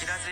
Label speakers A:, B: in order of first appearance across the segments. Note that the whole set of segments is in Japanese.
A: キラジ。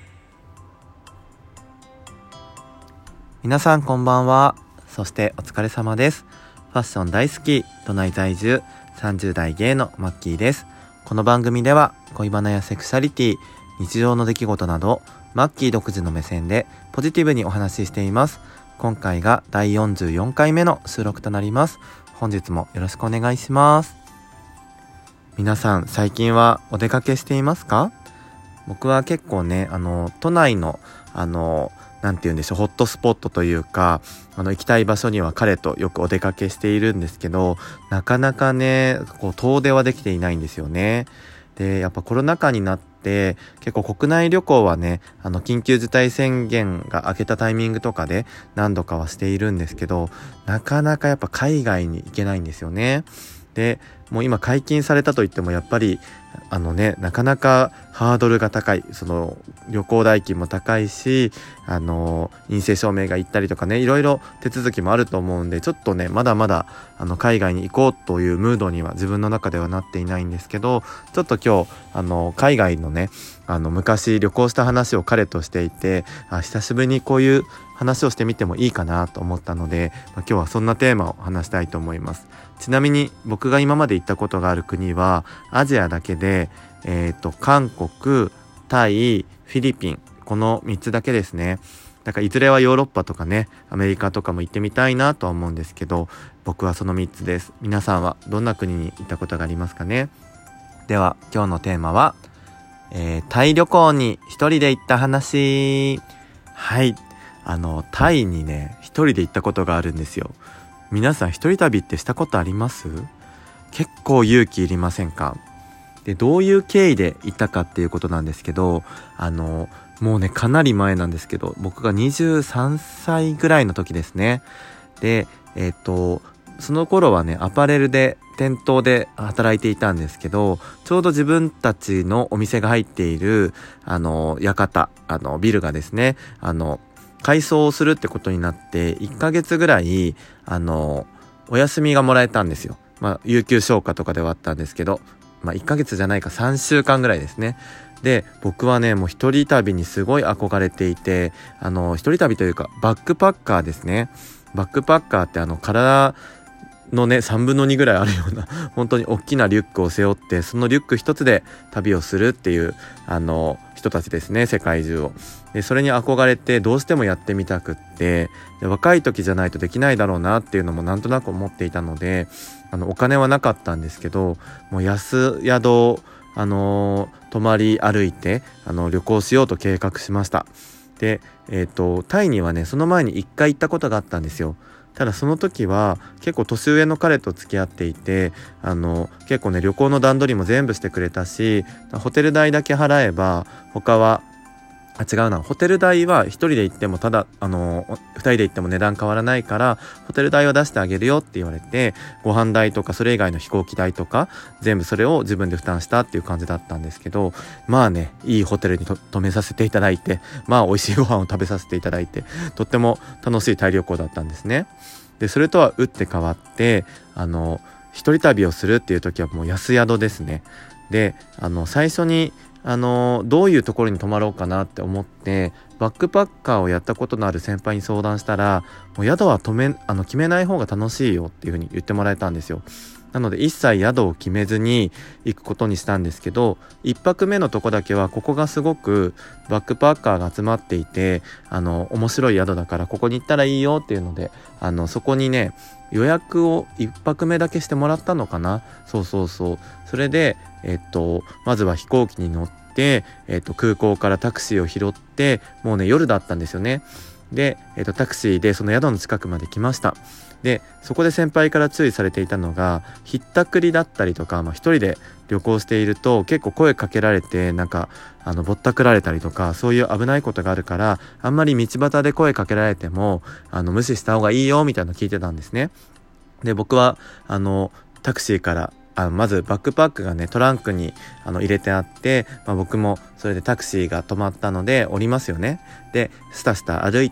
B: 皆さんこんばんは。そしてお疲れ様です。ファッション大好き、都内在住30代ゲイのマッキーです。この番組では恋バナやセクシャリティ、日常の出来事などマッキー独自の目線でポジティブにお話ししています。今回が第44回目の収録となります。本日もよろしくお願いします。皆さん最近はお出かけしていますか？僕は結構ね、都内のなんて言うんでしょう、ホットスポットというか、行きたい場所には彼とよくお出かけしているんですけど、なかなかね、遠出はできていないんですよね。で、やっぱコロナ禍になって結構国内旅行はね、緊急事態宣言が明けたタイミングとかで何度かはしているんですけど、なかなかやっぱ海外に行けないんですよね。で、もう今解禁されたといってもやっぱりなかなかハードルが高い。その旅行代金も高いし、陰性証明が行ったりとかね、いろいろ手続きもあると思うんで、ちょっとねまだまだ海外に行こうというムードには自分の中ではなっていないんですけど、ちょっと今日海外のね昔旅行した話を彼としていて、久しぶりにこういう話をしてみてもいいかなと思ったので、今日はそんなテーマを話したいと思います。ちなみに僕が今まで行ったことがある国はアジアだけで、韓国、タイ、フィリピン、この3つだけですね。だからいずれはヨーロッパとかね、アメリカとかも行ってみたいなとは思うんですけど、僕はその3つです。皆さんはどんな国に行ったことがありますかね？では今日のテーマは、タイ旅行に一人で行った話。はい、タイにね一人で行ったことがあるんですよ。皆さん一人旅ってしたことあります？結構勇気いりませんか？で、どういう経緯で行ったかっていうことなんですけど、もうねかなり前なんですけど、僕が23歳ぐらいの時ですね。で、その頃はねアパレルで店頭で働いていたんですけど、ちょうど自分たちのお店が入っている館、ビルがですね改装をするってことになって1ヶ月ぐらいお休みがもらえたんですよ。有給消化とかではあったんですけど、1ヶ月じゃないか3週間ぐらいですね。で、僕はねもう一人旅にすごい憧れていて、一人旅というかバックパッカーですね。バックパッカーって体のね3分の2ぐらいあるような本当に大きなリュックを背負って、そのリュック一つで旅をするっていう人たちですね、世界中を。で、それに憧れてどうしてもやってみたくって、で若い時じゃないとできないだろうなっていうのもなんとなく思っていたので、お金はなかったんですけど、もう安宿を泊まり歩いて旅行しようと計画しました。で、タイにはねその前に1回行ったことがあったんですよ。ただその時は結構年上の彼と付き合っていて、結構ね旅行の段取りも全部してくれたし、ホテル代だけ払えば他は違うな、ホテル代は一人で行ってもただ二人で行っても値段変わらないからホテル代は出してあげるよって言われて、ご飯代とかそれ以外の飛行機代とか全部それを自分で負担したっていう感じだったんですけど、いいホテルに泊めさせていただいて、美味しいご飯を食べさせていただいて、とっても楽しいタイ旅行だったんですね。で、それとは打って変わって一人旅をするっていう時はもう安宿ですね。で、最初にどういうところに泊まろうかなって思ってバックパッカーをやったことのある先輩に相談したら、もう宿は決めない方が楽しいよっていう風に言ってもらえたんですよ。なので一切宿を決めずに行くことにしたんですけど、一泊目のとこだけはここがすごくバックパッカーが集まっていて面白い宿だからここに行ったらいいよっていうのでそこにね予約を一泊目だけしてもらったのかな。それでまずは飛行機に乗って、空港からタクシーを拾って、もうね夜だったんですよね。で、タクシーでその宿の近くまで来ました。で、そこで先輩から注意されていたのがひったくりだったりとか、一人で旅行していると結構声かけられてぼったくられたりとか、そういう危ないことがあるから、あんまり道端で声かけられても無視した方がいいよみたいなの聞いてたんですね。で、僕はタクシーからまずバックパックがねトランクに入れてあって、僕もそれでタクシーが止まったので降りますよね。で、スタスタ歩いてっ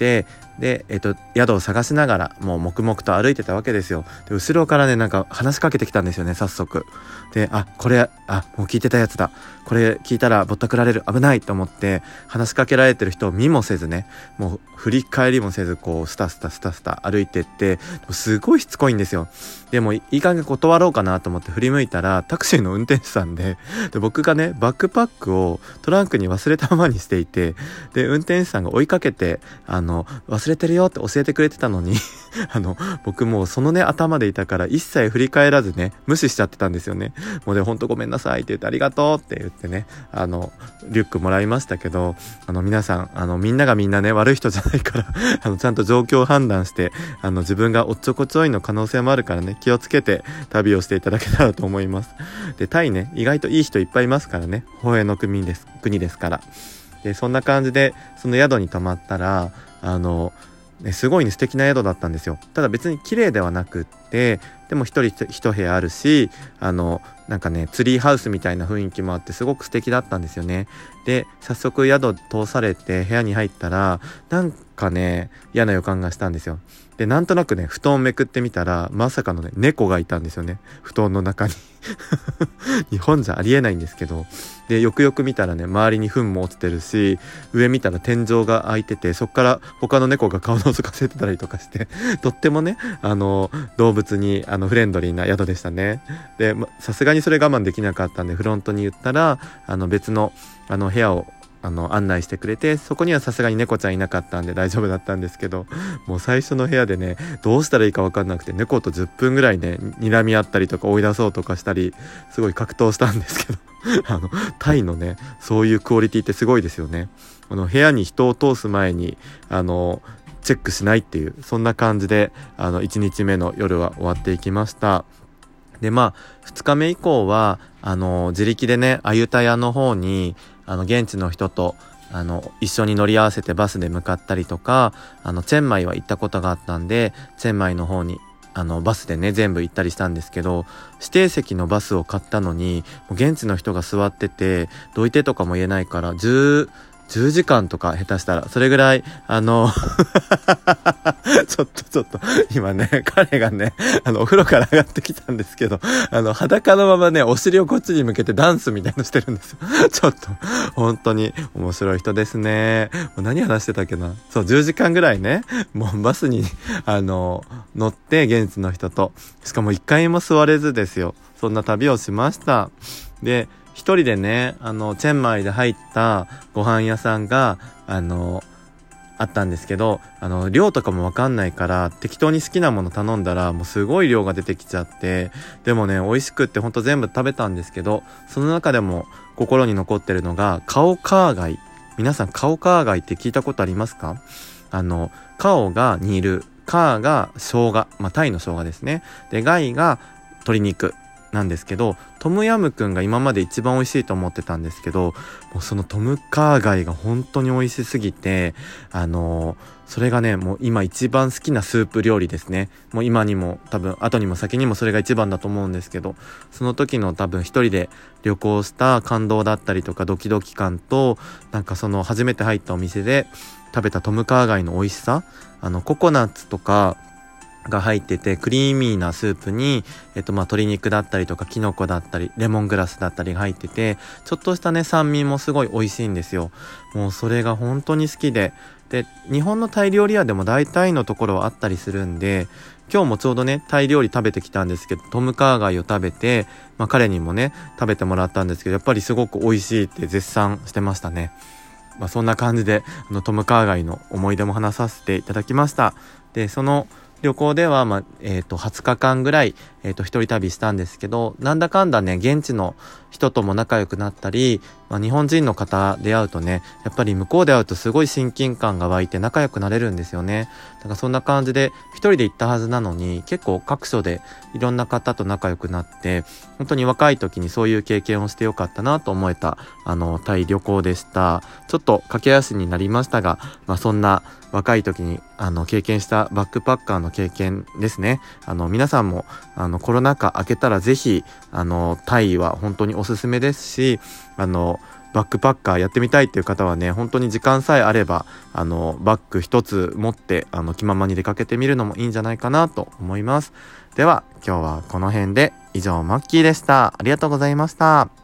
B: て、で、宿を探しながらもう黙々と歩いてたわけですよ。で後ろからねなんか話しかけてきたんですよね、早速。でこれもう聞いてたやつだ、これ聞いたらぼったくられる、危ないと思って話しかけられてる人を見もせずね、もう振り返りもせずこうスタスタ歩いてって、すごいしつこいんですよ。でもいい加減断ろうかなと思って振り向いたらタクシーの運転手さんで、僕がねバックパックをトランクに忘れたままにしていて、で運転手さんが追いかけて忘れてるよって教えてくれてたのに僕もうそのね頭でいたから一切振り返らずね無視しちゃってたんですよね。もうねほんとごめんなさいって言って、ありがとうって言ってねリュックもらいましたけど、皆さんみんながみんなね悪い人じゃないからちゃんと状況を判断して自分がおっちょこちょいの可能性もあるからね、気をつけて旅をしていただけたらと思います。でタイね意外といい人いっぱいいますからね、繁栄の国ですから。でそんな感じでその宿に泊まったらすごいね素敵な宿だったんですよ。ただ別に綺麗ではなくって、でも一人一部屋あるしなんかねツリーハウスみたいな雰囲気もあってすごく素敵だったんですよね。で早速宿通されて部屋に入ったらなんかね嫌な予感がしたんですよ。でなんとなくね布団をめくってみたらまさかのね猫がいたんですよね、布団の中に日本じゃありえないんですけど。でよくよく見たらね周りに糞も落ちてるし、上見たら天井が開いてて、そっから他の猫が顔覗かせてたりとかしてとってもね動物にフレンドリーな宿でしたね。でさすがにそれ我慢できなかったんでフロントに言ったら別の部屋を案内してくれて、そこにはさすがに猫ちゃんいなかったんで大丈夫だったんですけど、もう最初の部屋でねどうしたらいいか分かんなくて、猫と10分ぐらいね睨み合ったりとか追い出そうとかしたりすごい格闘したんですけどタイのねそういうクオリティってすごいですよね。部屋に人を通す前にチェックしないっていう、そんな感じで1日目の夜は終わっていきました。で2日目以降は自力でねアユタヤの方に現地の人と一緒に乗り合わせてバスで向かったりとか、チェンマイは行ったことがあったんでチェンマイの方にバスでね全部行ったりしたんですけど、指定席のバスを買ったのにもう現地の人が座っててどいてとかも言えないから10時間とか下手したらそれぐらいちょっと今ね彼がねお風呂から上がってきたんですけど裸のままねお尻をこっちに向けてダンスみたいのしてるんですよちょっと本当に面白い人ですね。もう何話してたっけな。そう10時間ぐらいねもうバスに乗って現地の人と、しかも一回も座れずですよ、そんな旅をしました。で一人でねチェンマイで入ったご飯屋さんがあったんですけど、量とかもわかんないから適当に好きなもの頼んだらもうすごい量が出てきちゃって、でもね美味しくってほんと全部食べたんですけど、その中でも心に残ってるのがカオカーガイ。皆さんカオカーガイって聞いたことありますか？カオが煮る、カーが生姜、タイの生姜ですね。でガイが鶏肉なんですけど、トムヤムくんが今まで一番美味しいと思ってたんですけど、もうそのトムカーガイが本当に美味しすぎてそれがねもう今一番好きなスープ料理ですね。もう今にも多分後にも先にもそれが一番だと思うんですけど、その時の多分一人で旅行した感動だったりとかドキドキ感と、なんかその初めて入ったお店で食べたトムカーガイの美味しさ、ココナッツとかが入っててクリーミーなスープに鶏肉だったりとかキノコだったりレモングラスだったりが入ってて、ちょっとしたね酸味もすごい美味しいんですよ。もうそれが本当に好きで、日本のタイ料理屋でも大体のところはあったりするんで、今日もちょうどねタイ料理食べてきたんですけど、トムカーガイを食べて、彼にもね食べてもらったんですけど、やっぱりすごく美味しいって絶賛してましたね。そんな感じでトムカーガイの思い出も話させていただきました。でその旅行では、20日間ぐらい、一人旅したんですけど、なんだかんだね、現地の人とも仲良くなったり、日本人の方出会うとね、やっぱり向こうで会うとすごい親近感が湧いて仲良くなれるんですよね。だからそんな感じで、一人で行ったはずなのに、結構各所でいろんな方と仲良くなって、本当に若い時にそういう経験をしてよかったなと思えた、タイ旅行でした。ちょっと駆け足になりましたが、そんな若い時に経験したバックパッカーの経験ですね。皆さんもコロナ禍明けたらぜひタイは本当におすすめですし、 バックパッカーやってみたいっていう方はね、本当に時間さえあればバッグ一つ持って気ままに出かけてみるのもいいんじゃないかなと思います。では今日はこの辺で、以上マッキーでした。ありがとうございました。